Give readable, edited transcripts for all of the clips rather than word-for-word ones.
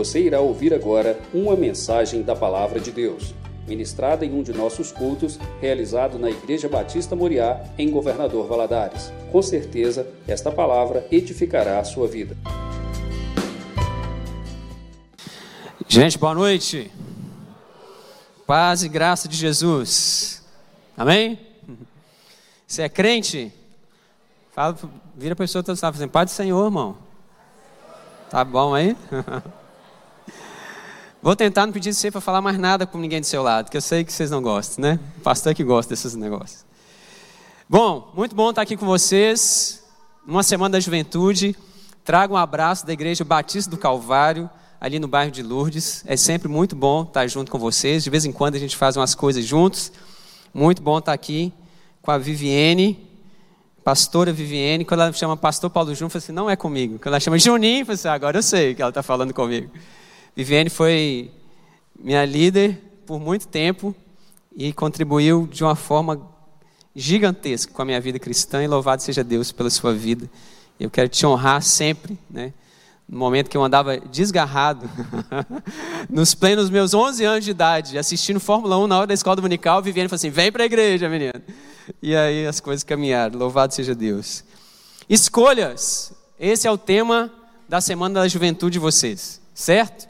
Você irá ouvir agora uma mensagem da Palavra de Deus, ministrada em um de nossos cultos, realizado na Igreja Batista Moriá, em Governador Valadares. Com certeza, esta palavra edificará a sua vida. Gente, boa noite. Paz e graça de Jesus. Amém? Você é crente? Fala, vira a pessoa que está fazendo, Pai do Senhor, irmão. Tá bom aí? Vou tentar não pedir você para falar mais nada com ninguém do seu lado, que eu sei que vocês não gostam, né? O pastor que gosta desses negócios. Bom, muito bom estar aqui com vocês, numa semana da juventude. Trago um abraço da Igreja Batista do Calvário, ali no bairro de Lourdes. É sempre muito bom estar junto com vocês. De vez em quando a gente faz umas coisas juntos. Muito bom estar aqui com a Viviane, pastora Viviane. Quando ela chama pastor Paulo Júnior, eu falei assim, não é comigo. Quando ela chama Juninho, eu falei assim, agora eu sei que ela está falando comigo. Viviane foi minha líder por muito tempo e contribuiu de uma forma gigantesca com a minha vida cristã, e louvado seja Deus pela sua vida. Eu quero te honrar sempre, né? No momento que eu andava desgarrado, nos plenos meus 11 anos de idade, assistindo Fórmula 1 na hora da escola dominical, a Viviane falou assim, vem para a igreja, menina. E aí as coisas caminharam, louvado seja Deus. Escolhas, esse é o tema da Semana da Juventude de vocês, certo?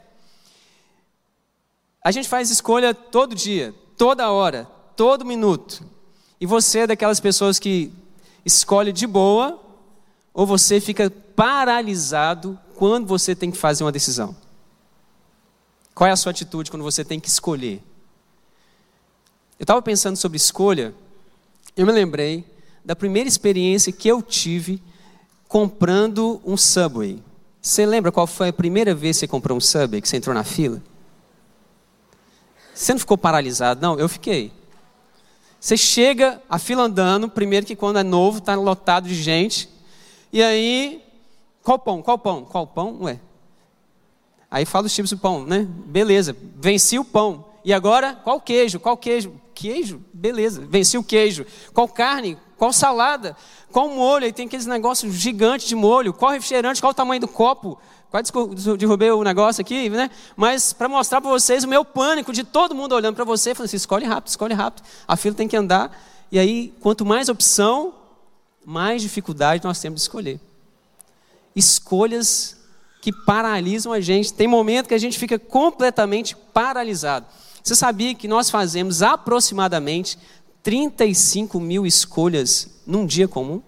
A gente faz escolha todo dia, toda hora, todo minuto. E você é daquelas pessoas que escolhe de boa, ou você fica paralisado quando você tem que fazer uma decisão? Qual é a sua atitude quando você tem que escolher? Eu estava pensando sobre escolha, eu me lembrei da primeira experiência que eu tive comprando um Subway. Você lembra qual foi a primeira vez que você comprou um Subway, que você entrou na fila? Você não ficou paralisado? Não, eu fiquei. Você chega, a fila andando, primeiro que quando é novo, está lotado de gente, e aí, qual pão? Qual pão? Qual pão? Ué. Aí fala os tipos do pão, né? Beleza, venci o pão. E agora, qual queijo? Qual queijo? Queijo? Beleza, venci o queijo. Qual carne? Qual salada? Qual molho? Aí tem aqueles negócios gigantes de molho. Qual refrigerante? Qual o tamanho do copo? Quase derrubei o negócio aqui, né? Mas para mostrar para vocês o meu pânico de todo mundo olhando para você, falando assim, escolhe rápido, escolhe rápido. A fila tem que andar. E aí, quanto mais opção, mais dificuldade nós temos de escolher. Escolhas que paralisam a gente. Tem momento que a gente fica completamente paralisado. Você sabia que nós fazemos aproximadamente 35 mil escolhas num dia comum?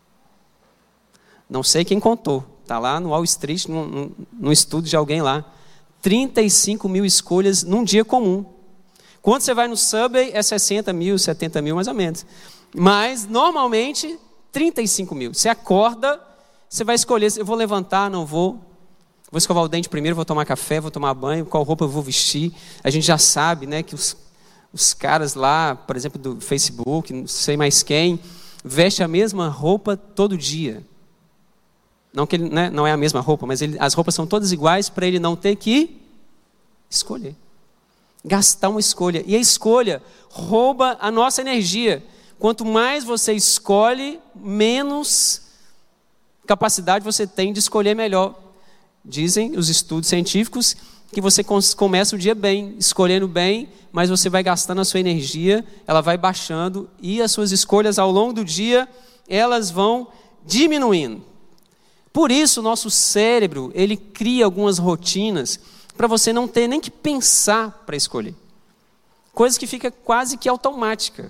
Não sei quem contou. Está lá no Wall Street, num estudo de alguém lá. 35 mil escolhas num dia comum. Quando você vai no Subway, é 60 mil, 70 mil mais ou menos. Mas, normalmente, 35 mil. Você acorda, você vai escolher, eu vou levantar, não vou. Vou escovar o dente primeiro, vou tomar café, vou tomar banho, qual roupa eu vou vestir. A gente já sabe, né, que os caras lá, por exemplo, do Facebook, não sei mais quem, vestem a mesma roupa todo dia. Não que ele, né, não é a mesma roupa, mas as roupas são todas iguais para ele não ter que escolher. Gastar uma escolha. E a escolha rouba a nossa energia. Quanto mais você escolhe, menos capacidade você tem de escolher melhor. Dizem os estudos científicos que você começa o dia bem, escolhendo bem, mas você vai gastando a sua energia, ela vai baixando e as suas escolhas ao longo do dia, elas vão diminuindo. Por isso, o nosso cérebro, ele cria algumas rotinas para você não ter nem que pensar para escolher. Coisa que fica quase que automática.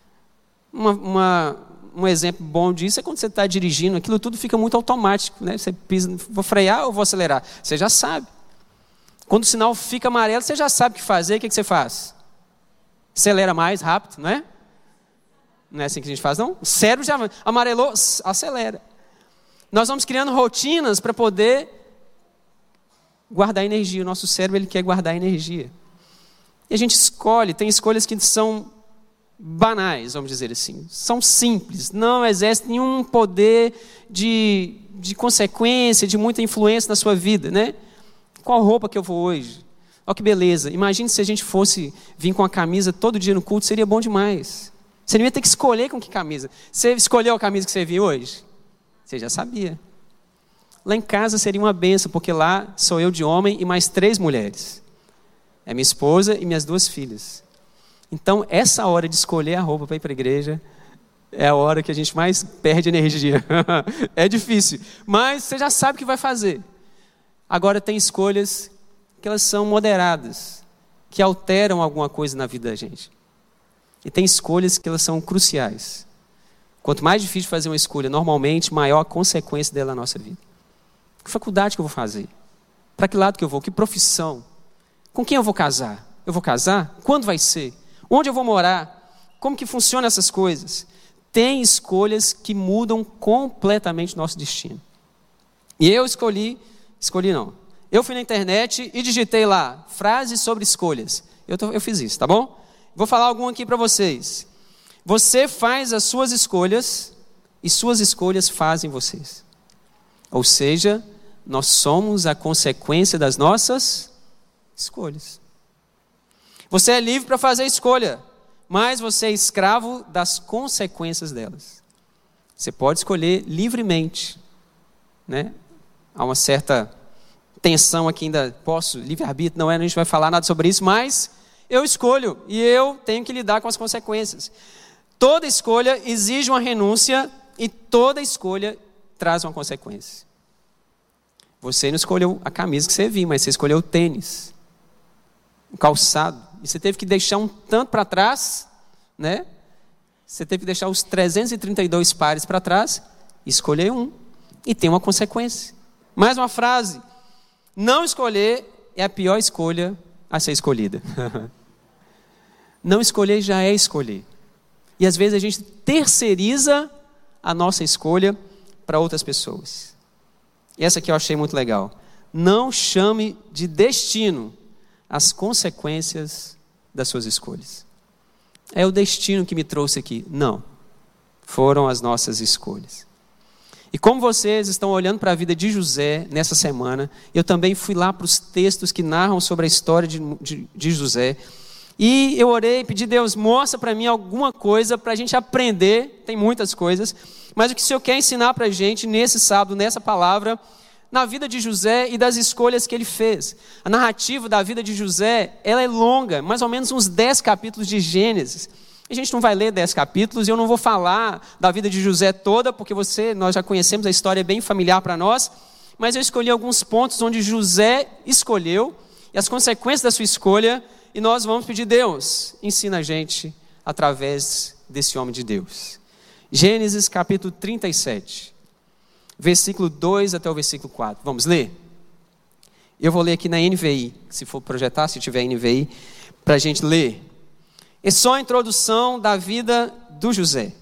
Um exemplo bom disso é quando você está dirigindo, aquilo tudo fica muito automático, né? Você pisa, vou frear ou vou acelerar? Você já sabe. Quando o sinal fica amarelo, você já sabe o que fazer, o que você faz? Acelera mais rápido, não é? Não é assim que a gente faz, não? O cérebro já amarelou, acelera. Nós vamos criando rotinas para poder guardar energia. O nosso cérebro, ele quer guardar energia. E a gente escolhe, tem escolhas que são banais, vamos dizer assim. São simples, não exercem nenhum poder de consequência, de muita influência na sua vida, né? Qual roupa que eu vou hoje? Olha que beleza. Imagine se a gente fosse vir com a camisa todo dia no culto, seria bom demais. Você não ia ter que escolher com que camisa. Você escolheu a camisa que você viu hoje? Você já sabia. Lá em casa seria uma bênção, porque lá sou eu de homem e mais 3 mulheres. É minha esposa e minhas 2 filhas. Então, essa hora de escolher a roupa para ir para a igreja é a hora que a gente mais perde energia. É difícil, mas você já sabe o que vai fazer. Agora, tem escolhas que elas são moderadas, que alteram alguma coisa na vida da gente. E tem escolhas que elas são cruciais. Quanto mais difícil fazer uma escolha, normalmente, maior a consequência dela na nossa vida. Que faculdade que eu vou fazer? Para que lado que eu vou? Que profissão? Com quem eu vou casar? Eu vou casar? Quando vai ser? Onde eu vou morar? Como que funcionam essas coisas? Tem escolhas que mudam completamente o nosso destino. E eu eu fui na internet e digitei lá, frases sobre escolhas. Eu fiz isso, tá bom? Vou falar alguma aqui para vocês. Você faz as suas escolhas e suas escolhas fazem vocês. Ou seja, nós somos a consequência das nossas escolhas. Você é livre para fazer escolha, mas você é escravo das consequências delas. Você pode escolher livremente, né? Há uma certa tensão aqui ainda, livre-arbítrio, não é, a gente vai falar nada sobre isso, mas eu escolho e eu tenho que lidar com as consequências. Toda escolha exige uma renúncia e toda escolha traz uma consequência. Você não escolheu a camisa que você viu, mas você escolheu o tênis, o calçado, e você teve que deixar um tanto para trás, né? Você teve que deixar os 332 pares para trás e escolher um, e tem uma consequência. Mais uma frase: não escolher é a pior escolha a ser escolhida. Não escolher já é escolher. E às vezes a gente terceiriza a nossa escolha para outras pessoas. E essa aqui eu achei muito legal. Não chame de destino as consequências das suas escolhas. É o destino que me trouxe aqui. Não. Foram as nossas escolhas. E como vocês estão olhando para a vida de José nessa semana, eu também fui lá para os textos que narram sobre a história de José. E eu orei, pedi: Deus, mostra para mim alguma coisa para a gente aprender. Tem muitas coisas, mas o que o Senhor quer ensinar para a gente nesse sábado, nessa palavra, na vida de José e das escolhas que ele fez. A narrativa da vida de José, ela é longa, mais ou menos uns 10 capítulos de Gênesis. A gente não vai ler 10 capítulos e eu não vou falar da vida de José toda, porque nós já conhecemos, a história é bem familiar para nós, mas eu escolhi alguns pontos onde José escolheu e as consequências da sua escolha, e nós vamos pedir: Deus, ensina a gente através desse homem de Deus. Gênesis capítulo 37, versículo 2 até o versículo 4. Vamos ler? Eu vou ler aqui na NVI, se for projetar, se tiver NVI, para a gente ler. É só a introdução da vida do José.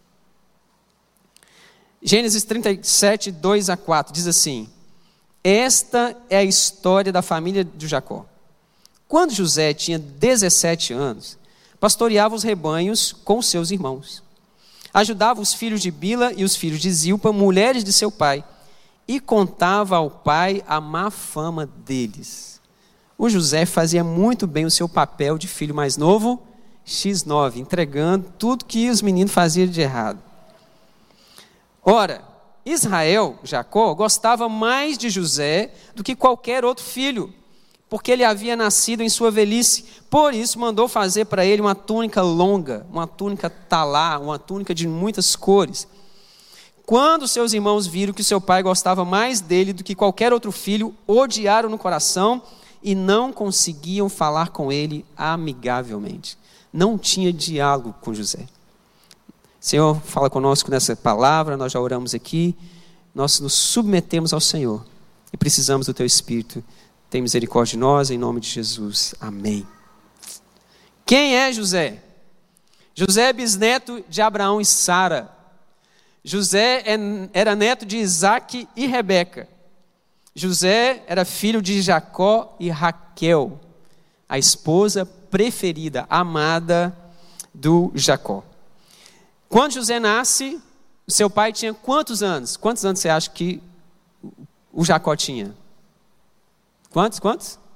Gênesis 37, 2 a 4, diz assim: esta é a história da família de Jacó. Quando José tinha 17 anos, pastoreava os rebanhos com seus irmãos. Ajudava os filhos de Bila e os filhos de Zilpa, mulheres de seu pai, e contava ao pai a má fama deles. O José fazia muito bem o seu papel de filho mais novo, X9, entregando tudo que os meninos faziam de errado. Ora, Israel, Jacó, gostava mais de José do que qualquer outro filho, porque ele havia nascido em sua velhice. Por isso mandou fazer para ele uma túnica longa, uma túnica talá, uma túnica de muitas cores. Quando seus irmãos viram que seu pai gostava mais dele do que qualquer outro filho, odiaram no coração e não conseguiam falar com ele amigavelmente. Não tinha diálogo com José. Senhor, fala conosco nessa palavra, nós já oramos aqui, nós nos submetemos ao Senhor e precisamos do Teu Espírito. Tem misericórdia de nós, em nome de Jesus. Amém. Quem é José? José é bisneto de Abraão e Sara. José era neto de Isaac e Rebeca. José era filho de Jacó e Raquel, a esposa preferida, amada do Jacó. Quando José nasce, seu pai tinha quantos anos? Quantos anos você acha que o Jacó tinha? Quantos?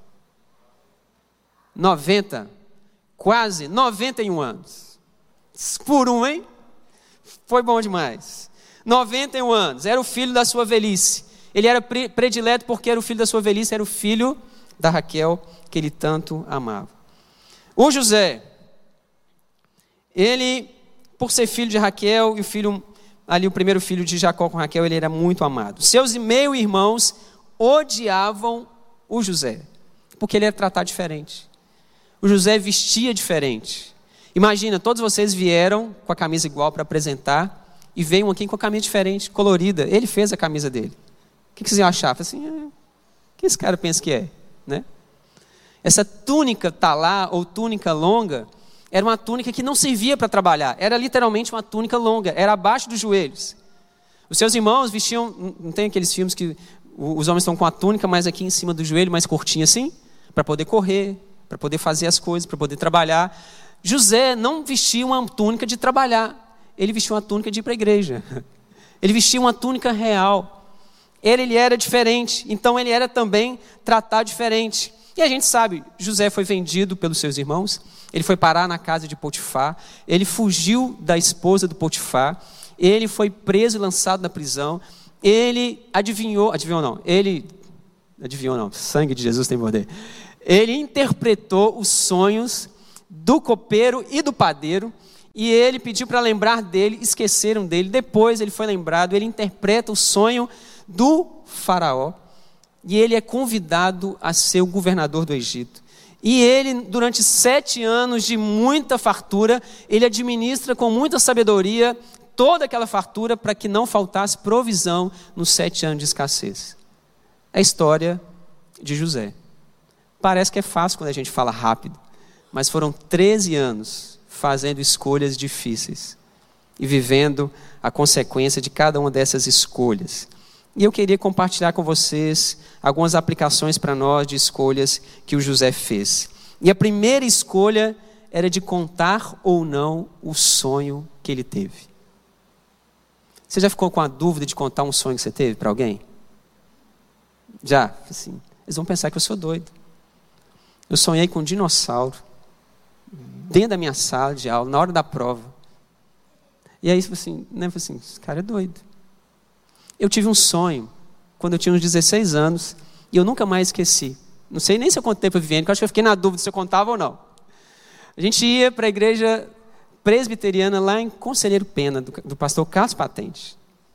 90. Quase 91 anos. Por um, hein? Foi bom demais. 91 anos. Era o filho da sua velhice. Ele era predileto porque era o filho da sua velhice, era o filho da Raquel que ele tanto amava. O José, ele, por ser filho de Raquel e o primeiro filho de Jacó com Raquel, ele era muito amado. Seus meio-irmãos odiavam o José, porque ele era tratado diferente. O José vestia diferente. Imagina, todos vocês vieram com a camisa igual para apresentar e veio aqui com a camisa diferente, colorida. Ele fez a camisa dele. O que vocês iam achar? Falei assim, o que esse cara pensa que é? Né? Essa túnica talá ou túnica longa era uma túnica que não servia para trabalhar. Era literalmente uma túnica longa, era abaixo dos joelhos. Os seus irmãos vestiam, não tem aqueles filmes que os homens estão com a túnica mais aqui em cima do joelho, mais curtinha assim, para poder correr, para poder fazer as coisas, para poder trabalhar. José não vestia uma túnica de trabalhar, ele vestia uma túnica de ir para a igreja. Ele vestia uma túnica real. Ele era diferente, então ele era também tratado diferente. E a gente sabe, José foi vendido pelos seus irmãos, ele foi parar na casa de Potifar, ele fugiu da esposa do Potifar, ele foi preso e lançado na prisão, ele adivinhou não, sangue de Jesus tem poder. Ele interpretou os sonhos do copeiro e do padeiro, e ele pediu para lembrar dele, esqueceram dele, depois ele foi lembrado, ele interpreta o sonho do faraó, e ele é convidado a ser o governador do Egito. E ele, durante 7 anos de muita fartura, ele administra com muita sabedoria toda aquela fartura para que não faltasse provisão nos 7 anos de escassez. É a história de José. Parece que é fácil quando a gente fala rápido, mas foram 13 anos fazendo escolhas difíceis e vivendo a consequência de cada uma dessas escolhas. E eu queria compartilhar com vocês algumas aplicações para nós de escolhas que o José fez. E a primeira escolha era de contar ou não o sonho que ele teve. Você já ficou com a dúvida de contar um sonho que você teve para alguém? Já? Assim, eles vão pensar que eu sou doido. Eu sonhei com um dinossauro dentro da minha sala de aula, na hora da prova. E aí, assim, esse cara é doido. Eu tive um sonho, quando eu tinha uns 16 anos, e eu nunca mais esqueci. Não sei nem se eu contei para a Viviane, porque eu acho que eu fiquei na dúvida se eu contava ou não. A gente ia para a igreja presbiteriana lá em Conselheiro Pena, do pastor Carlos Patente.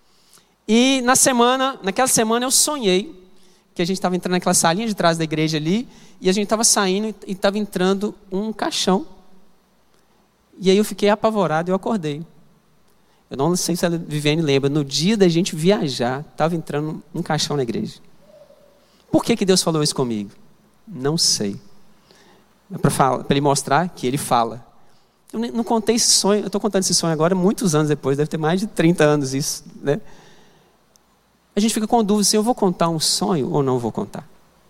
E naquela semana eu sonhei que a gente estava entrando naquela salinha de trás da igreja ali, e a gente estava saindo e estava entrando um caixão. E aí eu fiquei apavorado e eu acordei. Eu não sei se a Viviane lembra, no dia da gente viajar, estava entrando um caixão na igreja. Por que Deus falou isso comigo? Não sei. É para ele mostrar que ele fala. Eu não contei esse sonho, eu estou contando esse sonho agora muitos anos depois, deve ter mais de 30 anos isso, né? A gente fica com dúvida se eu vou contar um sonho ou não vou contar.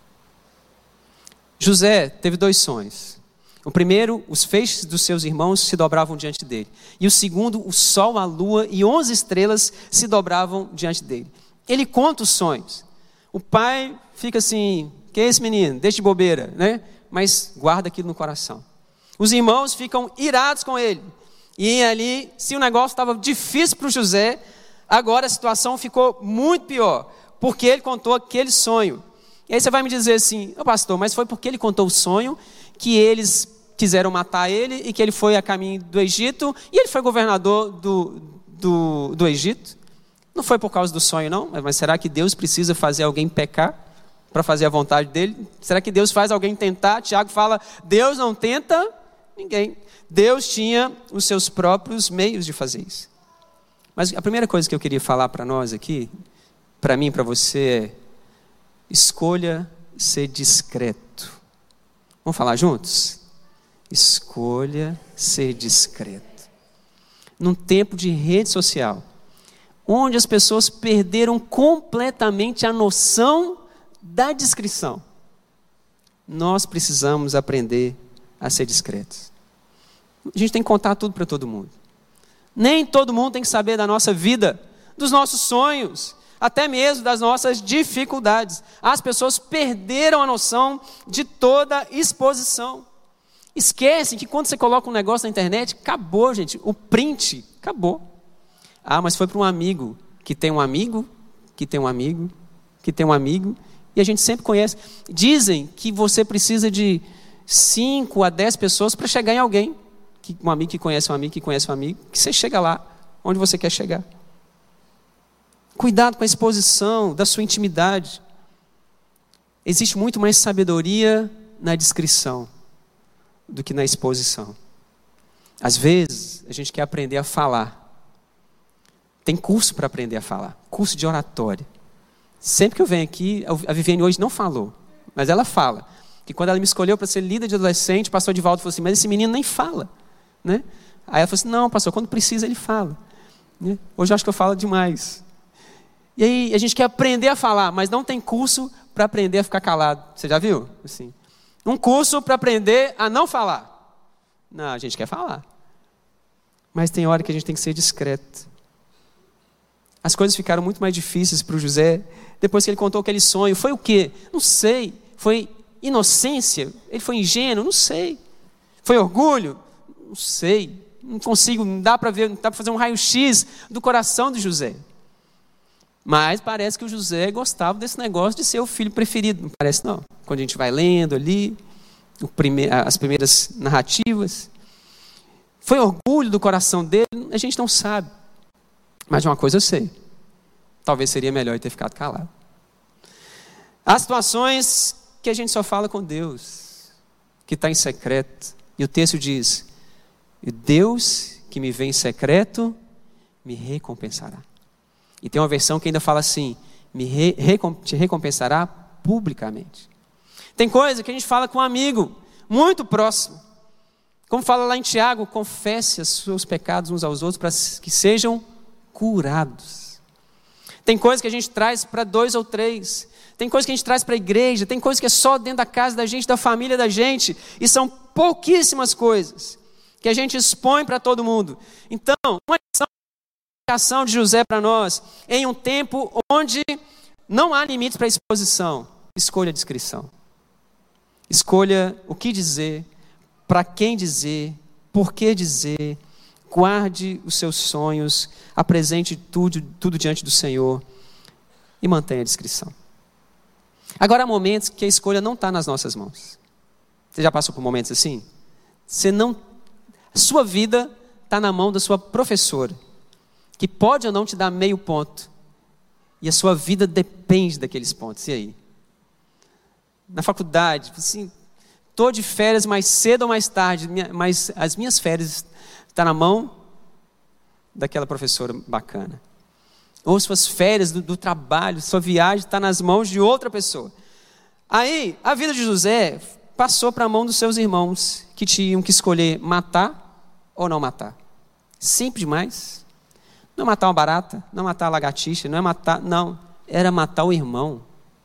José teve 2 sonhos. O primeiro, os feixes dos seus irmãos se dobravam diante dele. E o segundo, o sol, a lua e 11 estrelas se dobravam diante dele. Ele conta os sonhos. O pai fica assim, que é esse menino? Deixa de bobeira, né? Mas guarda aquilo no coração. Os irmãos ficam irados com ele. E ali, se o negócio estava difícil para o José, agora a situação ficou muito pior, porque ele contou aquele sonho. E aí você vai me dizer assim, pastor, mas foi porque ele contou o sonho que eles quiseram matar ele e que ele foi a caminho do Egito e ele foi governador do Egito? Não foi por causa do sonho não, mas será que Deus precisa fazer alguém pecar para fazer a vontade dele? Será que Deus faz alguém tentar? Tiago fala, Deus não tenta ninguém. Deus tinha os seus próprios meios de fazer isso. Mas a primeira coisa que eu queria falar para nós aqui, para mim e para você é, escolha ser discreto. Vamos falar juntos? Escolha ser discreto. Num tempo de rede social, onde as pessoas perderam completamente a noção da discrição, nós precisamos aprender a ser discretos. A gente tem que contar tudo para todo mundo. Nem todo mundo tem que saber da nossa vida, dos nossos sonhos, até mesmo das nossas dificuldades. As pessoas perderam a noção de toda exposição. Esquecem que quando você coloca um negócio na internet, acabou, gente. O print, acabou. Ah, mas foi para um amigo, que tem um amigo, que tem um amigo, que tem um amigo, e a gente sempre conhece. Dizem que você precisa de 5 a 10 pessoas para chegar em alguém. Um amigo que conhece um amigo, que conhece um amigo, que você chega lá, onde você quer chegar. Cuidado com a exposição da sua intimidade. Existe muito mais sabedoria na discrição do que na exposição. Às vezes, a gente quer aprender a falar. Tem curso para aprender a falar, curso de oratória. Sempre que eu venho aqui, a Viviane hoje não falou, mas ela fala. Que quando ela me escolheu para ser líder de adolescente, o pastor Edivaldo falou assim, mas esse menino nem fala. Né? Aí ela falou assim, não, pastor, quando precisa ele fala. Né? Hoje eu acho que eu falo demais. E aí a gente quer aprender a falar, mas não tem curso para aprender a ficar calado. Você já viu? Assim, um curso para aprender a não falar. Não, a gente quer falar. Mas tem hora que a gente tem que ser discreto. As coisas ficaram muito mais difíceis para o José depois que ele contou aquele sonho. Foi o quê? Não sei. Foi inocência? Ele foi ingênuo? Não sei. Foi orgulho? Não sei. Não consigo, não dá para ver, não dá para fazer um raio-x do coração de José. Mas parece que o José gostava desse negócio de ser o filho preferido. Não parece não. Quando a gente vai lendo ali, as primeiras narrativas. Foi orgulho do coração dele? A gente não sabe. Mas de uma coisa eu sei. Talvez seria melhor ele ter ficado calado. Há situações que a gente só fala com Deus, que está em secreto. E o texto diz, Deus que me vê em secreto, me recompensará. E tem uma versão que ainda fala assim, te recompensará publicamente. Tem coisa que a gente fala com um amigo, muito próximo. Como fala lá em Tiago, confesse os seus pecados uns aos outros para que sejam curados. Tem coisa que a gente traz para 2 ou 3. Tem coisa que a gente traz para a igreja. Tem coisa que é só dentro da casa da gente, da família da gente. E são pouquíssimas coisas que a gente expõe para todo mundo. Então, uma lição de José para nós, em um tempo onde não há limites para a exposição, escolha a discrição. Escolha o que dizer, para quem dizer, por que dizer. Guarde os seus sonhos, apresente tudo diante do Senhor e mantenha a discrição. Agora há momentos que a escolha não está nas nossas mãos. Você já passou por momentos assim? A sua vida está na mão da sua professora, que pode ou não te dar meio ponto, e a sua vida depende daqueles pontos. E aí? Na faculdade, assim, estou de férias mais cedo ou mais tarde, mas as minhas férias estão na mão daquela professora bacana. Ou suas férias do trabalho, sua viagem está nas mãos de outra pessoa. Aí, a vida de José passou para a mão dos seus irmãos, que tinham que escolher matar ou não matar. Simples demais. Não matar uma barata, não matar a lagartixa, não, era matar o irmão.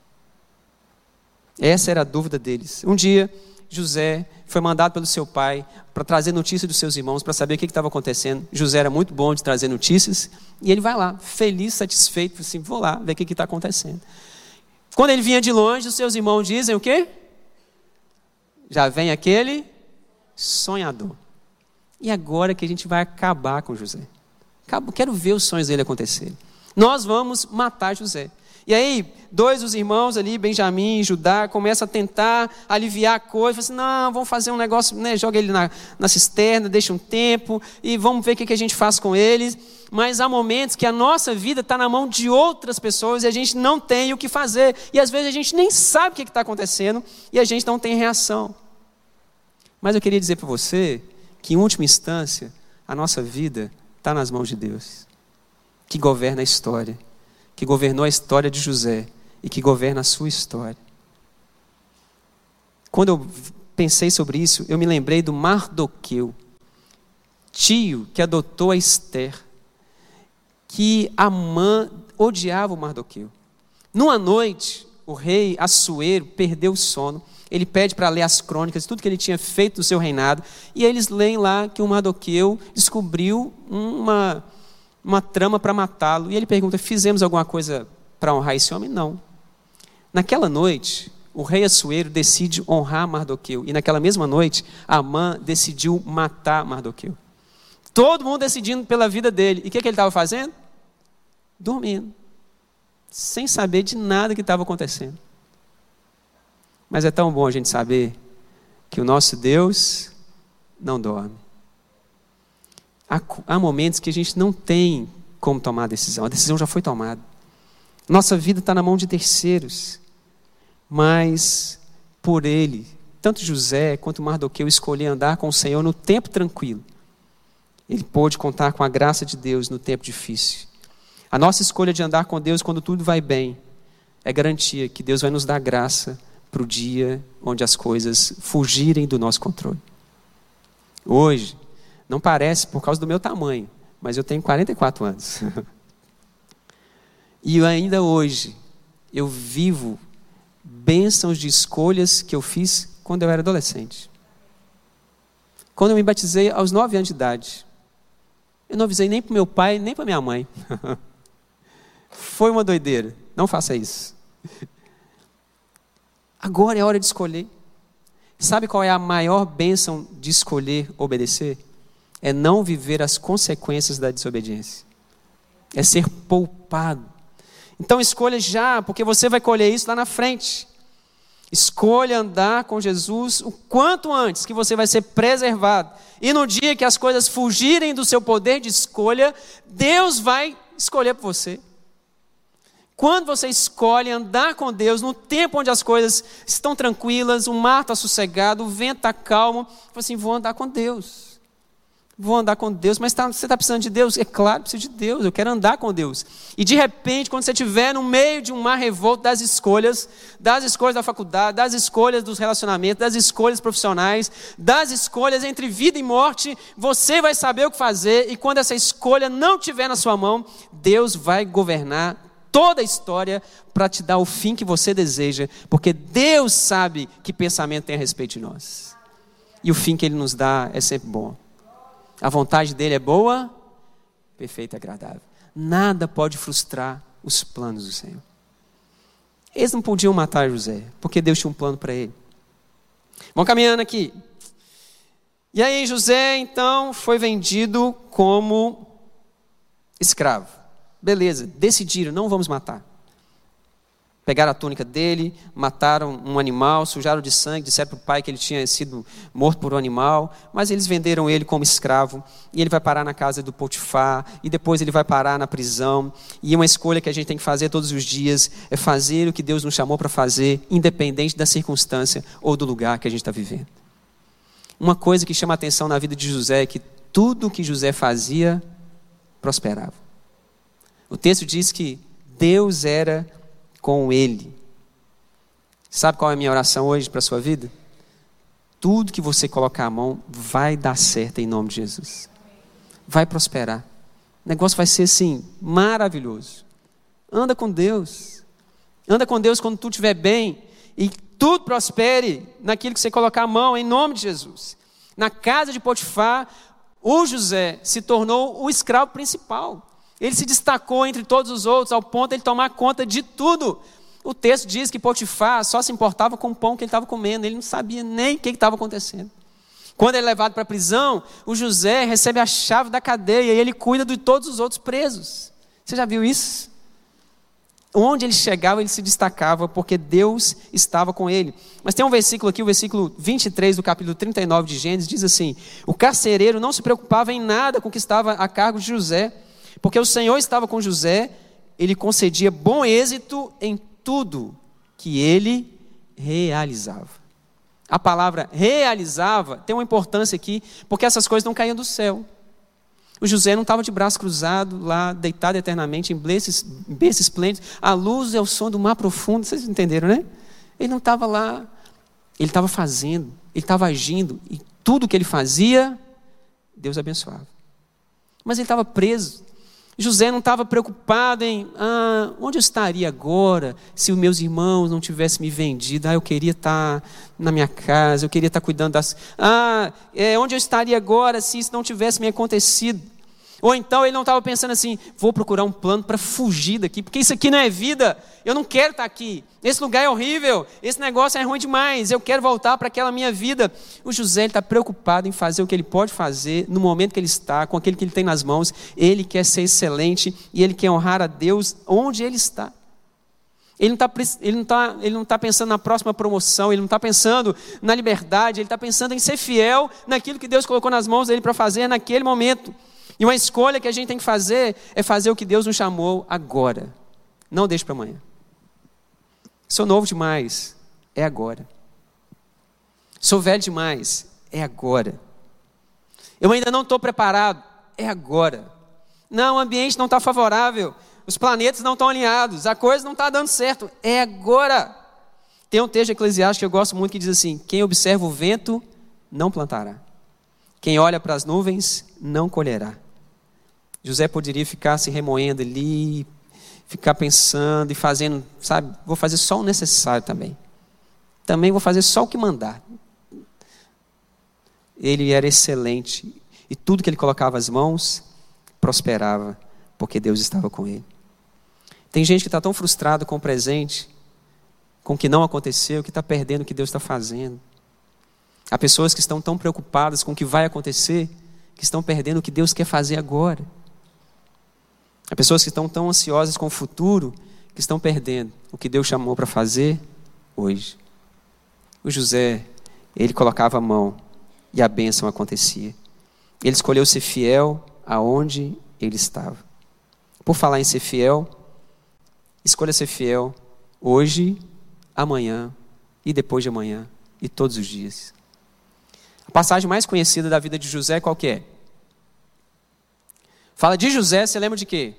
Essa era a dúvida deles. Um dia, José foi mandado pelo seu pai para trazer notícias dos seus irmãos, para saber o que estava acontecendo. José era muito bom de trazer notícias, e ele vai lá, feliz, satisfeito, assim, vou lá ver o que está acontecendo. Quando ele vinha de longe, os seus irmãos dizem o quê? Já vem aquele sonhador. E agora que a gente vai acabar com José. Quero ver os sonhos dele acontecerem. Nós vamos matar José. E aí, 2 dos irmãos ali, Benjamim e Judá, começam a tentar aliviar a coisa. Falam assim, não, vamos fazer um negócio, né? Joga ele na cisterna, deixa um tempo e vamos ver o que a gente faz com eles. Mas há momentos que a nossa vida está na mão de outras pessoas e a gente não tem o que fazer. E às vezes a gente nem sabe o que está acontecendo e a gente não tem reação. Mas eu queria dizer para você que, em última instância, a nossa vida está nas mãos de Deus, que governa a história, que governou a história de José e que governa a sua história. Quando eu pensei sobre isso, eu me lembrei do Mardoqueu, tio que adotou a Esther, que Amã odiava o Mardoqueu. Numa noite, o rei Assuero perdeu o sono, ele pede para ler as crônicas, tudo que ele tinha feito no seu reinado, e eles leem lá que o Mardoqueu descobriu uma trama para matá-lo, e ele pergunta, fizemos alguma coisa para honrar esse homem? Não. Naquela noite, o rei Assuero decide honrar Mardoqueu, e naquela mesma noite, Amã decidiu matar Mardoqueu. Todo mundo decidindo pela vida dele, e o que ele estava fazendo? Dormindo. sem saber de nada que estava acontecendo. Mas é tão bom a gente saber que o nosso Deus não dorme. Há momentos que a gente não tem como tomar a decisão já foi tomada. Nossa vida está na mão de terceiros, mas por Ele, tanto José quanto Mardoqueu escolheram andar com o Senhor no tempo tranquilo. Ele pôde contar com a graça de Deus no tempo difícil. A nossa escolha de andar com Deus quando tudo vai bem é garantia que Deus vai nos dar graça para o dia onde as coisas fugirem do nosso controle. Hoje, não parece por causa do meu tamanho, mas eu tenho 44 anos. E ainda hoje, eu vivo bênçãos de escolhas que eu fiz quando eu era adolescente. Quando eu me batizei aos 9 anos de idade, eu não avisei nem para meu pai, nem para minha mãe. Foi uma doideira. Não faça isso. Agora é hora de escolher. Sabe qual é a maior bênção de escolher obedecer? É não viver as consequências da desobediência. É ser poupado. Então escolha já, porque você vai colher isso lá na frente. Escolha andar com Jesus o quanto antes, que você vai ser preservado. E no dia que as coisas fugirem do seu poder de escolha, Deus vai escolher por você. Quando você escolhe andar com Deus, no tempo onde as coisas estão tranquilas, o mar está sossegado, o vento está calmo, você assim, vou andar com Deus. Vou andar com Deus, mas você está precisando de Deus? É claro, preciso de Deus, eu quero andar com Deus. E de repente, quando você estiver no meio de um mar revolto das escolhas da faculdade, das escolhas dos relacionamentos, das escolhas profissionais, das escolhas entre vida e morte, você vai saber o que fazer, e quando essa escolha não estiver na sua mão, Deus vai governar toda a história para te dar o fim que você deseja, porque Deus sabe que pensamento tem a respeito de nós. E o fim que Ele nos dá é sempre bom. A vontade dele é boa, perfeita e agradável. Nada pode frustrar os planos do Senhor. Eles não podiam matar José, porque Deus tinha um plano para ele. Vamos caminhando aqui. E aí José, então, foi vendido como escravo. Beleza, decidiram, não vamos matar. Pegaram a túnica dele, mataram um animal, sujaram de sangue, disseram para o pai que ele tinha sido morto por um animal, mas eles venderam ele como escravo, e ele vai parar na casa do Potifar, e depois ele vai parar na prisão. E uma escolha que a gente tem que fazer todos os dias é fazer o que Deus nos chamou para fazer, independente da circunstância ou do lugar que a gente está vivendo. Uma coisa que chama a atenção na vida de José é que tudo o que José fazia prosperava. O texto diz que Deus era com ele. Sabe qual é a minha oração hoje para a sua vida? Tudo que você colocar a mão vai dar certo em nome de Jesus. Vai prosperar. O negócio vai ser assim, maravilhoso. Anda com Deus. Anda com Deus quando tudo estiver bem. E tudo prospere naquilo que você colocar a mão em nome de Jesus. Na casa de Potifar, o José se tornou o escravo principal. Ele se destacou entre todos os outros, ao ponto de ele tomar conta de tudo. O texto diz que Potifar só se importava com o pão que ele estava comendo, ele não sabia nem o que estava acontecendo. Quando ele é levado para a prisão, o José recebe a chave da cadeia e ele cuida de todos os outros presos. Você já viu isso? Onde ele chegava, ele se destacava, porque Deus estava com ele. Mas tem um versículo aqui, o versículo 23 do capítulo 39 de Gênesis, diz assim: o carcereiro não se preocupava em nada com o que estava a cargo de José, porque o Senhor estava com José, ele concedia bom êxito em tudo que ele realizava. A palavra realizava tem uma importância aqui, porque essas coisas não caíam do céu. O José não estava de braço cruzado, lá deitado eternamente em berço esplêndido. A luz é o som do mar profundo, vocês entenderam, né? Ele não estava lá, ele estava fazendo, ele estava agindo, e tudo que ele fazia, Deus abençoava. Mas ele estava preso. José não estava preocupado em onde eu estaria agora se os meus irmãos não tivessem me vendido. Eu queria estar na minha casa, eu queria estar cuidando das... onde eu estaria agora se isso não tivesse me acontecido. Ou então ele não estava pensando assim, vou procurar um plano para fugir daqui, porque isso aqui não é vida, eu não quero estar aqui, esse lugar é horrível, esse negócio é ruim demais, eu quero voltar para aquela minha vida. O José está preocupado em fazer o que ele pode fazer, no momento que ele está, com aquilo que ele tem nas mãos. Ele quer ser excelente e ele quer honrar a Deus onde ele está. Ele não tá pensando na próxima promoção, ele não está pensando na liberdade, ele está pensando em ser fiel naquilo que Deus colocou nas mãos dele para fazer naquele momento. E uma escolha que a gente tem que fazer é fazer o que Deus nos chamou agora. Não deixe para amanhã. Sou novo demais, é agora. Sou velho demais, é agora. Eu ainda não estou preparado, é agora. Não, o ambiente não está favorável, os planetas não estão alinhados, a coisa não está dando certo, é agora. Tem um texto de Eclesiastes que eu gosto muito que diz assim: quem observa o vento não plantará, quem olha para as nuvens não colherá. José poderia ficar se remoendo ali, ficar pensando e fazendo, sabe, vou fazer só o necessário também. Também vou fazer só o que mandar. Ele era excelente e tudo que ele colocava as mãos prosperava, porque Deus estava com ele. Tem gente que está tão frustrado com o presente, com o que não aconteceu, que está perdendo o que Deus está fazendo. Há pessoas que estão tão preocupadas com o que vai acontecer, que estão perdendo o que Deus quer fazer agora. Há pessoas que estão tão ansiosas com o futuro, que estão perdendo o que Deus chamou para fazer hoje. O José, ele colocava a mão e a bênção acontecia. Ele escolheu ser fiel aonde ele estava. Por falar em ser fiel, escolha ser fiel hoje, amanhã e depois de amanhã e todos os dias. A passagem mais conhecida da vida de José qual que é? Fala de José, você lembra de quê?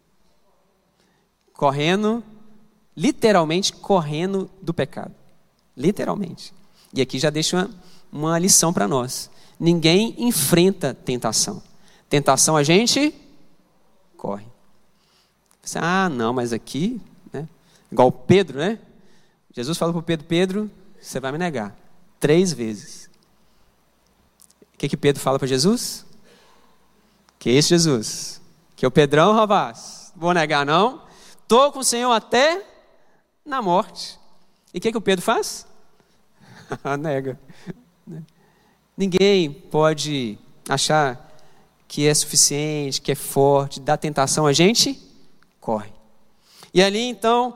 Correndo, literalmente correndo do pecado. Literalmente. E aqui já deixa uma lição para nós. Ninguém enfrenta tentação. Tentação a gente corre. Você, não, mas aqui, né? Igual Pedro, né? Jesus falou para o Pedro: Pedro, você vai me negar 3 vezes. O que Pedro fala para Jesus? Que isso, Jesus? Que o Pedrão, rapaz, vou negar não. Estou com o Senhor até na morte. E o que o Pedro faz? Nega. Ninguém pode achar que é suficiente, que é forte, dá tentação, a gente corre. E ali então,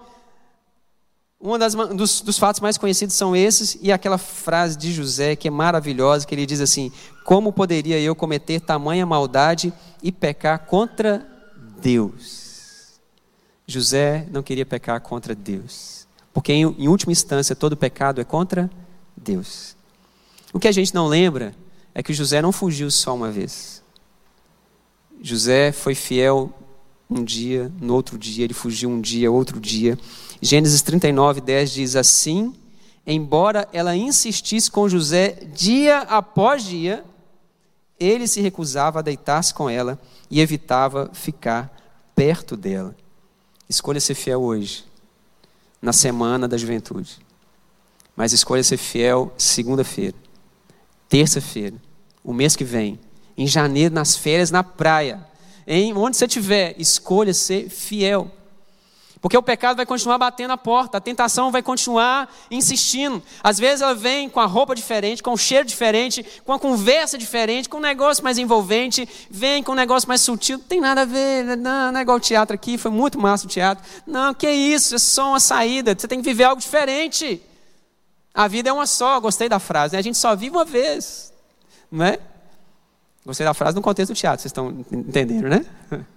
dos fatos mais conhecidos são esses, e aquela frase de José que é maravilhosa, que ele diz assim: como poderia eu cometer tamanha maldade e pecar contra Deus? José não queria pecar contra Deus, porque em última instância todo pecado é contra Deus. O que a gente não lembra é que José não fugiu só uma vez. José foi fiel um dia, no outro dia ele fugiu um dia, outro dia. Gênesis 39:10 diz assim: embora ela insistisse com José dia após dia, ele se recusava a deitar-se com ela e evitava ficar perto dela. Escolha ser fiel hoje, na semana da juventude. Mas escolha ser fiel segunda-feira, terça-feira, o mês que vem, em janeiro, nas férias, na praia, onde você estiver, escolha ser fiel. Porque o pecado vai continuar batendo a porta, a tentação vai continuar insistindo. Às vezes ela vem com a roupa diferente, com o cheiro diferente, com a conversa diferente, com um negócio mais envolvente, vem com um negócio mais sutil. Não tem nada a ver, não é igual o teatro aqui, foi muito massa o teatro. Não, que isso, é só uma saída, você tem que viver algo diferente. A vida é uma só, gostei da frase, né? A gente só vive uma vez, não é? Gostei da frase no contexto do teatro, vocês estão entendendo, né?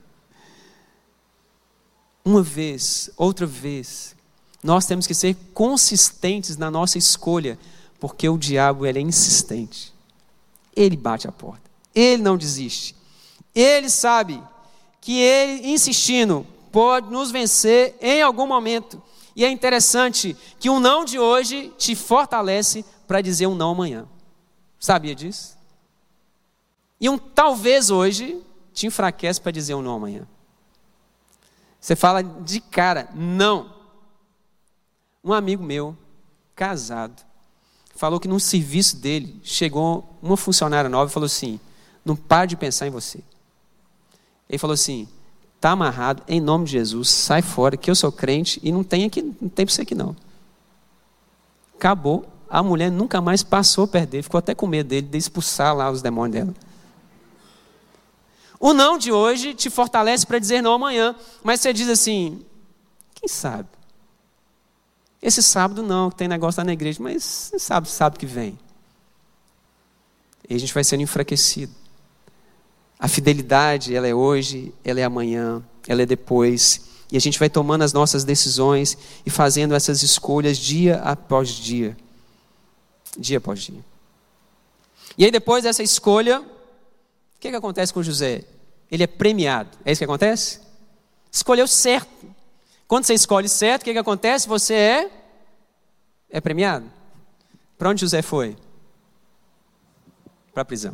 Uma vez, outra vez, nós temos que ser consistentes na nossa escolha, porque o diabo ele é insistente. Ele bate a porta, ele não desiste. Ele sabe que ele, insistindo, pode nos vencer em algum momento. E é interessante que um não de hoje te fortalece para dizer um não amanhã. Sabia disso? E um talvez hoje te enfraquece para dizer um não amanhã. Você fala de cara, não. Um amigo meu, casado, falou que num serviço dele, chegou uma funcionária nova e falou assim: não pare de pensar em você. Ele falou assim: está amarrado, em nome de Jesus, sai fora, que eu sou crente e não tem para você aqui não. Acabou, a mulher nunca mais passou perto dele, ficou até com medo dele, de expulsar lá os demônios dela. O não de hoje te fortalece para dizer não amanhã, mas você diz assim: quem sabe? Esse sábado não, que tem negócio lá na igreja, mas sábado que vem. E a gente vai sendo enfraquecido. A fidelidade, ela é hoje, ela é amanhã, ela é depois. E a gente vai tomando as nossas decisões e fazendo essas escolhas dia após dia. Dia após dia. E aí depois dessa escolha, o que acontece com José? Ele é premiado. É isso que acontece? Escolheu certo. Quando você escolhe certo, o que acontece? Você é premiado. Para onde José foi? Para a prisão.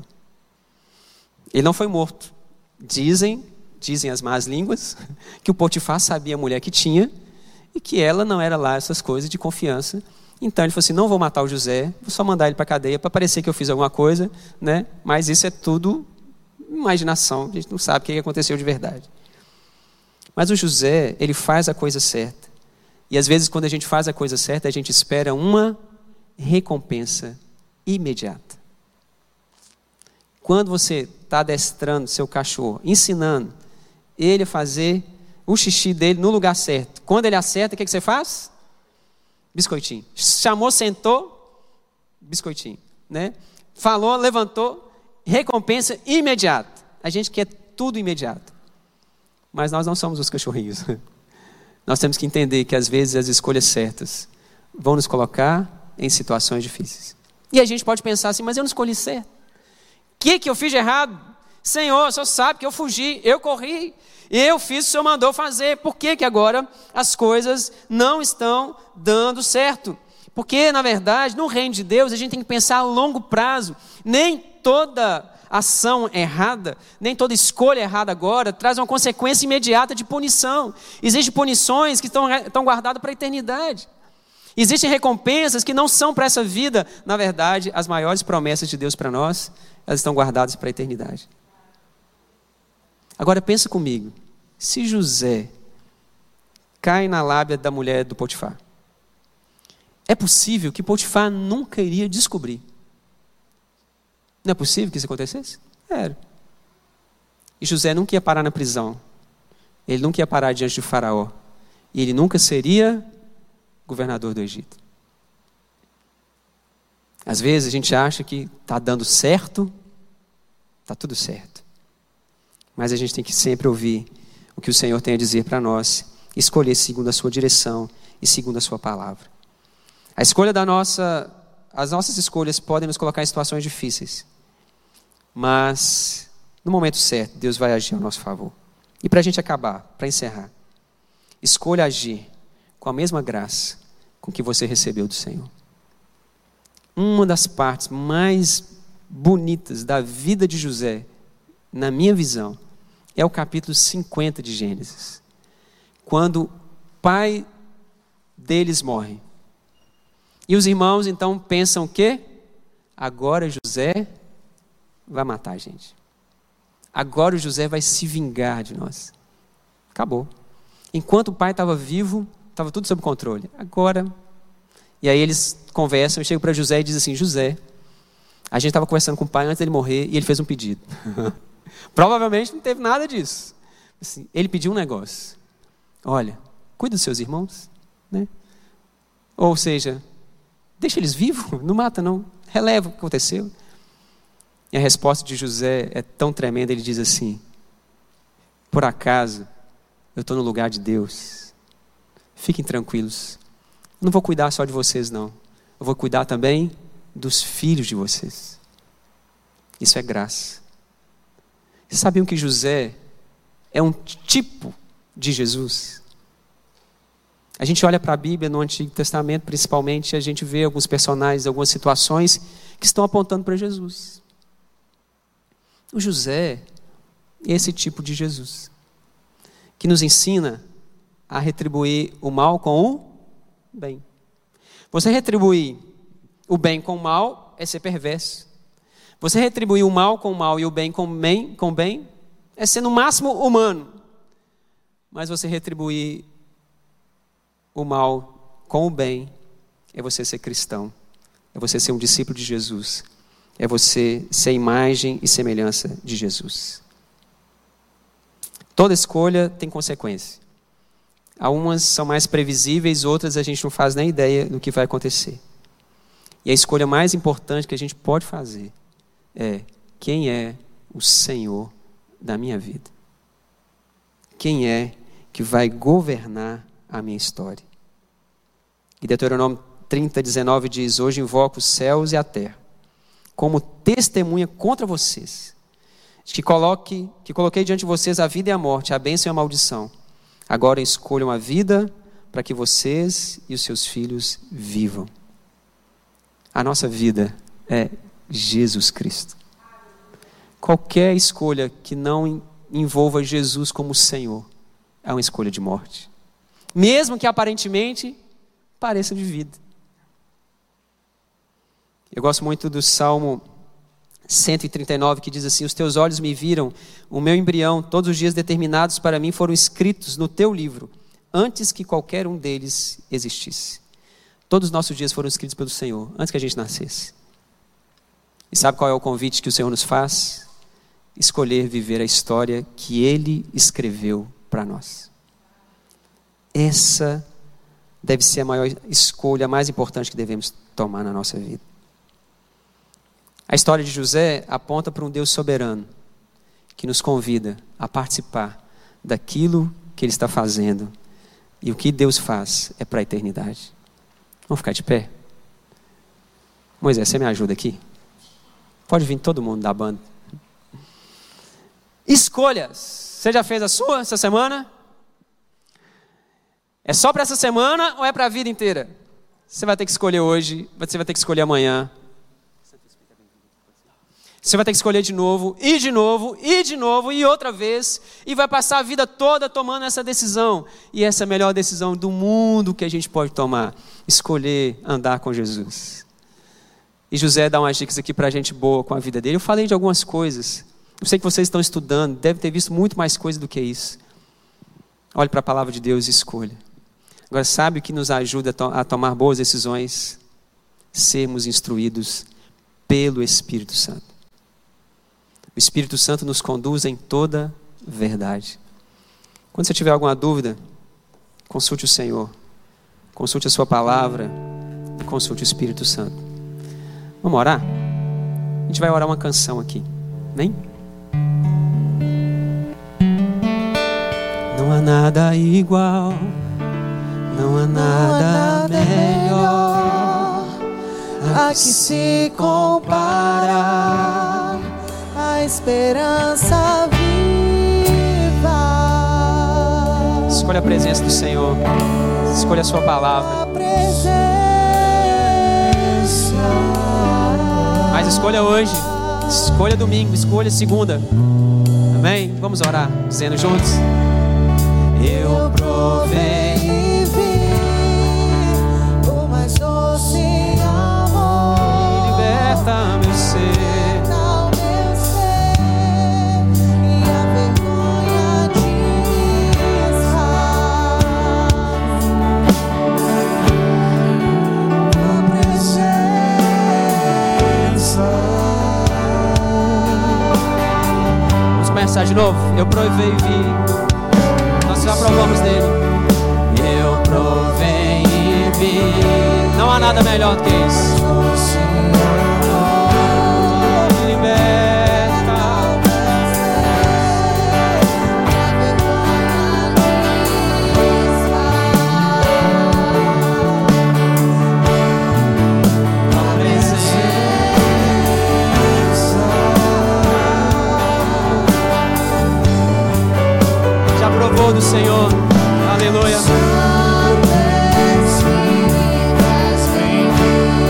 Ele não foi morto. Dizem as más línguas, que o Potifar sabia a mulher que tinha e que ela não era lá essas coisas de confiança. Então ele falou assim, não vou matar o José, vou só mandar ele para a cadeia para parecer que eu fiz alguma coisa, né? Mas isso é tudo imaginação, a gente não sabe o que aconteceu de verdade. Mas o José, ele faz a coisa certa. E às vezes quando a gente faz a coisa certa, a gente espera uma recompensa imediata. Quando você está adestrando seu cachorro, ensinando ele a fazer o xixi dele no lugar certo. Quando ele acerta, o que você faz? Biscoitinho. Chamou, sentou, biscoitinho. Né? Falou, levantou, recompensa imediata. A gente quer tudo imediato. Mas nós não somos os cachorrinhos. Nós temos que entender que às vezes as escolhas certas vão nos colocar em situações difíceis. E a gente pode pensar assim, mas eu não escolhi certo. O que eu fiz de errado? Senhor, o Senhor sabe que eu fugi, eu corri, eu fiz o que o Senhor mandou fazer. Por que agora as coisas não estão dando certo? Porque, na verdade, no reino de Deus, a gente tem que pensar a longo prazo. Nem toda ação errada, nem toda escolha errada agora traz uma consequência imediata de punição. Existem punições que estão guardadas para a eternidade. Existem recompensas que não são para essa vida. Na verdade, as maiores promessas de Deus para nós, elas estão guardadas para a eternidade. Agora pensa comigo, se José cai na lábia da mulher do Potifar, é possível que Potifar nunca iria descobrir. Não é possível que isso acontecesse? Era. E José nunca ia parar na prisão. Ele nunca ia parar diante de Faraó. E ele nunca seria governador do Egito. Às vezes a gente acha que está dando certo, está tudo certo. Mas a gente tem que sempre ouvir o que o Senhor tem a dizer para nós, escolher segundo a sua direção e segundo a sua palavra. A escolha as nossas escolhas podem nos colocar em situações difíceis, mas no momento certo Deus vai agir ao nosso favor. E para a gente acabar, para encerrar, escolha agir com a mesma graça com que você recebeu do Senhor. Uma das partes mais bonitas da vida de José, na minha visão, é o capítulo 50 de Gênesis. Quando o pai deles morre. E os irmãos então pensam o quê? Agora José vai matar a gente. Agora o José vai se vingar de nós. Acabou. Enquanto o pai estava vivo, estava tudo sob controle. Agora... E aí eles conversam, eu chego para José e diz assim, José, a gente estava conversando com o pai antes dele morrer e ele fez um pedido. Provavelmente não teve nada disso. Assim, ele pediu um negócio. Olha, cuida dos seus irmãos. Né? Ou seja, deixa eles vivos, não mata não. Releva o que aconteceu. E a resposta de José é tão tremenda, ele diz assim, por acaso, eu estou no lugar de Deus. Fiquem tranquilos. Não vou cuidar só de vocês não. Eu vou cuidar também dos filhos de vocês. Isso é graça. Vocês sabiam que José é um tipo de Jesus? A gente olha para a Bíblia no Antigo Testamento, principalmente, a gente vê alguns personagens, algumas situações que estão apontando para Jesus. O José é esse tipo de Jesus, que nos ensina a retribuir o mal com o bem. Você retribuir o bem com o mal é ser perverso. Você retribuir o mal com o mal e o bem com o bem é ser no máximo humano. Mas você retribuir o mal com o bem é você ser cristão. É você ser um discípulo de Jesus. É você ser imagem e semelhança de Jesus. Toda escolha tem consequência. Algumas são mais previsíveis, outras a gente não faz nem ideia do que vai acontecer. E a escolha mais importante que a gente pode fazer é: quem é o Senhor da minha vida? Quem é que vai governar a minha história? E Deuteronômio 30:19 diz: hoje invoco os céus e a terra como testemunha contra vocês, que coloquei diante de vocês a vida e a morte, a bênção e a maldição. Agora escolham a vida para que vocês e os seus filhos vivam. A nossa vida é Jesus Cristo. Qualquer escolha que não envolva Jesus como Senhor é uma escolha de morte, mesmo que aparentemente pareça de vida. Eu gosto muito do Salmo 139, que diz assim: os teus olhos me viram, o meu embrião, todos os dias determinados para mim foram escritos no teu livro, antes que qualquer um deles existisse. Todos os nossos dias foram escritos pelo Senhor, antes que a gente nascesse. E sabe qual é o convite que o Senhor nos faz? Escolher viver a história que Ele escreveu para nós. Essa deve ser a maior escolha, a mais importante que devemos tomar na nossa vida. A história de José aponta para um Deus soberano, que nos convida a participar daquilo que Ele está fazendo. E o que Deus faz é para a eternidade. Vamos ficar de pé? Moisés, você me ajuda aqui? Pode vir todo mundo da banda. Escolhas. Você já fez a sua essa semana? É só para essa semana ou é para a vida inteira? Você vai ter que escolher hoje, você vai ter que escolher amanhã. Você vai ter que escolher de novo, e de novo, e de novo, e outra vez. E vai passar a vida toda tomando essa decisão. E essa é a melhor decisão do mundo que a gente pode tomar. Escolher andar com Jesus. E José dá umas dicas aqui para a gente boa com a vida dele. Eu falei de algumas coisas. Eu sei que vocês estão estudando, devem ter visto muito mais coisa do que isso. Olhe para a palavra de Deus e escolha. Agora, sabe o que nos ajuda a tomar boas decisões? Sermos instruídos pelo Espírito Santo. O Espírito Santo nos conduz em toda verdade. Quando você tiver alguma dúvida, consulte o Senhor. Consulte a sua palavra. Consulte o Espírito Santo. Vamos orar? A gente vai orar uma canção aqui. Vem? Não há nada igual. Não há nada melhor a que se compara. A esperança viva. Escolha a presença do Senhor. Escolha a sua palavra. A presença. Mas escolha hoje. Escolha domingo. Escolha segunda. Amém? Vamos orar dizendo juntos: eu provei e vi o mais doce amor. Liberta meu ser. De novo, eu provei e vi. Nós já provamos dele. Eu provei e vi. Não há nada melhor do que isso. Liberta. A presença. Provou do Senhor, aleluia.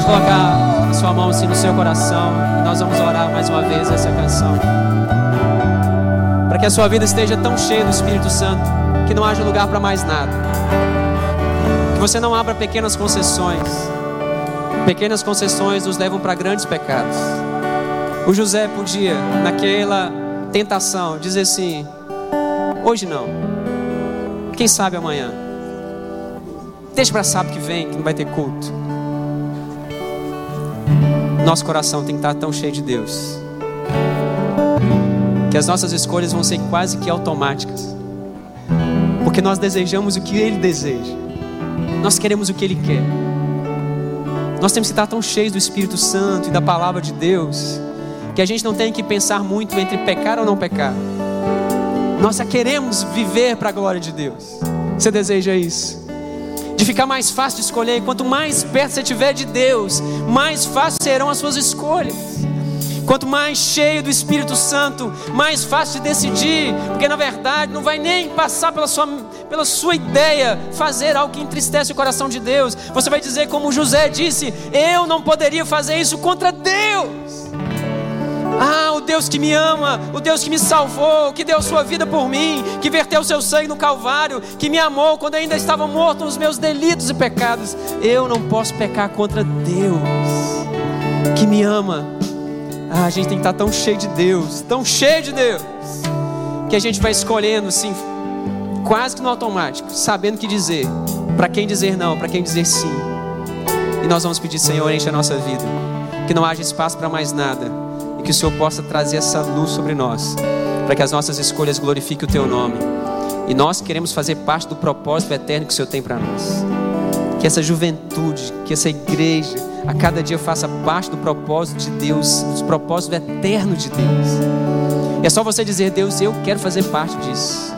Pode colocar a sua mão assim no seu coração e nós vamos orar mais uma vez essa canção. Para que a sua vida esteja tão cheia do Espírito Santo que não haja lugar para mais nada. Que você não abra pequenas concessões. Pequenas concessões nos levam para grandes pecados. O José podia, naquela tentação, dizer assim: hoje não, quem sabe amanhã. Deixa para sábado que vem, que não vai ter culto. Nosso coração tem que estar tão cheio de Deus que as nossas escolhas vão ser quase que automáticas, porque nós desejamos o que Ele deseja, nós queremos o que Ele quer. Nós temos que estar tão cheios do Espírito Santo e da Palavra de Deus que a gente não tem que pensar muito entre pecar ou não pecar. Nós só queremos viver para a glória de Deus. Você deseja isso? De ficar mais fácil de escolher. E quanto mais perto você estiver de Deus, mais fácil serão as suas escolhas. Quanto mais cheio do Espírito Santo, mais fácil de decidir. Porque na verdade não vai nem passar pela sua ideia fazer algo que entristece o coração de Deus. Você vai dizer como José disse: eu não poderia fazer isso contra Deus. Ah, o Deus que me ama, o Deus que me salvou, que deu sua vida por mim, que verteu seu sangue no Calvário, que me amou quando ainda estava morto nos meus delitos e pecados. Eu não posso pecar contra Deus que me ama. Ah, a gente tem que estar tão cheio de Deus, tão cheio de Deus, que a gente vai escolhendo assim, quase que no automático, sabendo o que dizer, para quem dizer não, para quem dizer sim. E nós vamos pedir: Senhor, enche a nossa vida, que não haja espaço para mais nada, e que o Senhor possa trazer essa luz sobre nós, para que as nossas escolhas glorifiquem o Teu nome. E nós queremos fazer parte do propósito eterno que o Senhor tem para nós. Que essa juventude, que essa igreja, a cada dia faça parte do propósito de Deus, do propósito eterno de Deus. É só você dizer: Deus, eu quero fazer parte disso.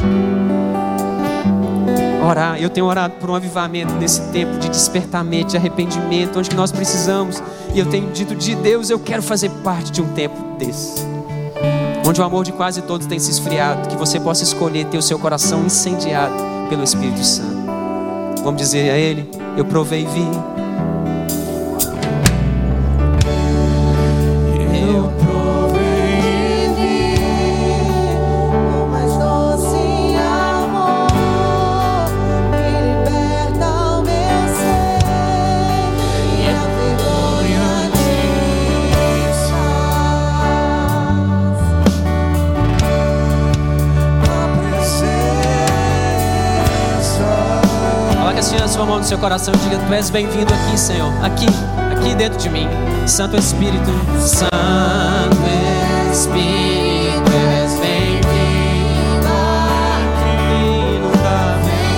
Orar, eu tenho orado por um avivamento nesse tempo de despertamento, de arrependimento, onde nós precisamos. E eu tenho dito: de Deus, eu quero fazer parte de um tempo desse, onde o amor de quase todos tem se esfriado. Que você possa escolher ter o seu coração incendiado pelo Espírito Santo. Vamos dizer a Ele: eu provei e vi. Sua mão no seu coração e diga: Tu és bem-vindo aqui, Senhor, aqui dentro de mim. Santo Espírito, Santo Espírito, és bem-vindo aqui no lugar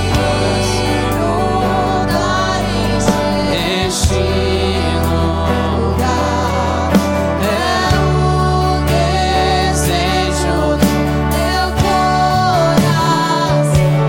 este lugar é o desejo do teu coração.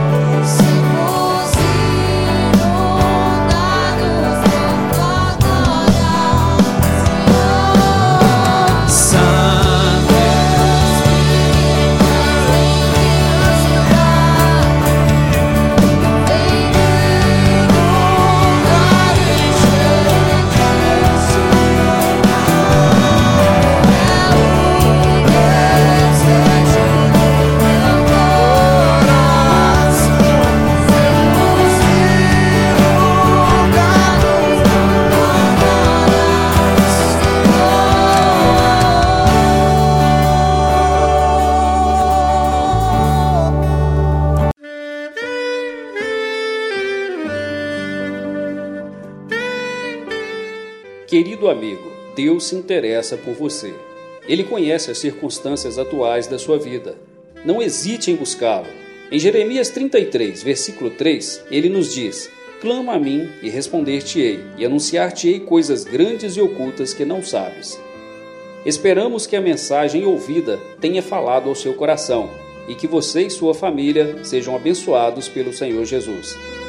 Querido amigo, Deus se interessa por você. Ele conhece as circunstâncias atuais da sua vida. Não hesite em buscá-lo. Em Jeremias 33, versículo 3, ele nos diz: Clama a mim e responder-te-ei, e anunciar-te-ei coisas grandes e ocultas que não sabes. Esperamos que a mensagem ouvida tenha falado ao seu coração e que você e sua família sejam abençoados pelo Senhor Jesus.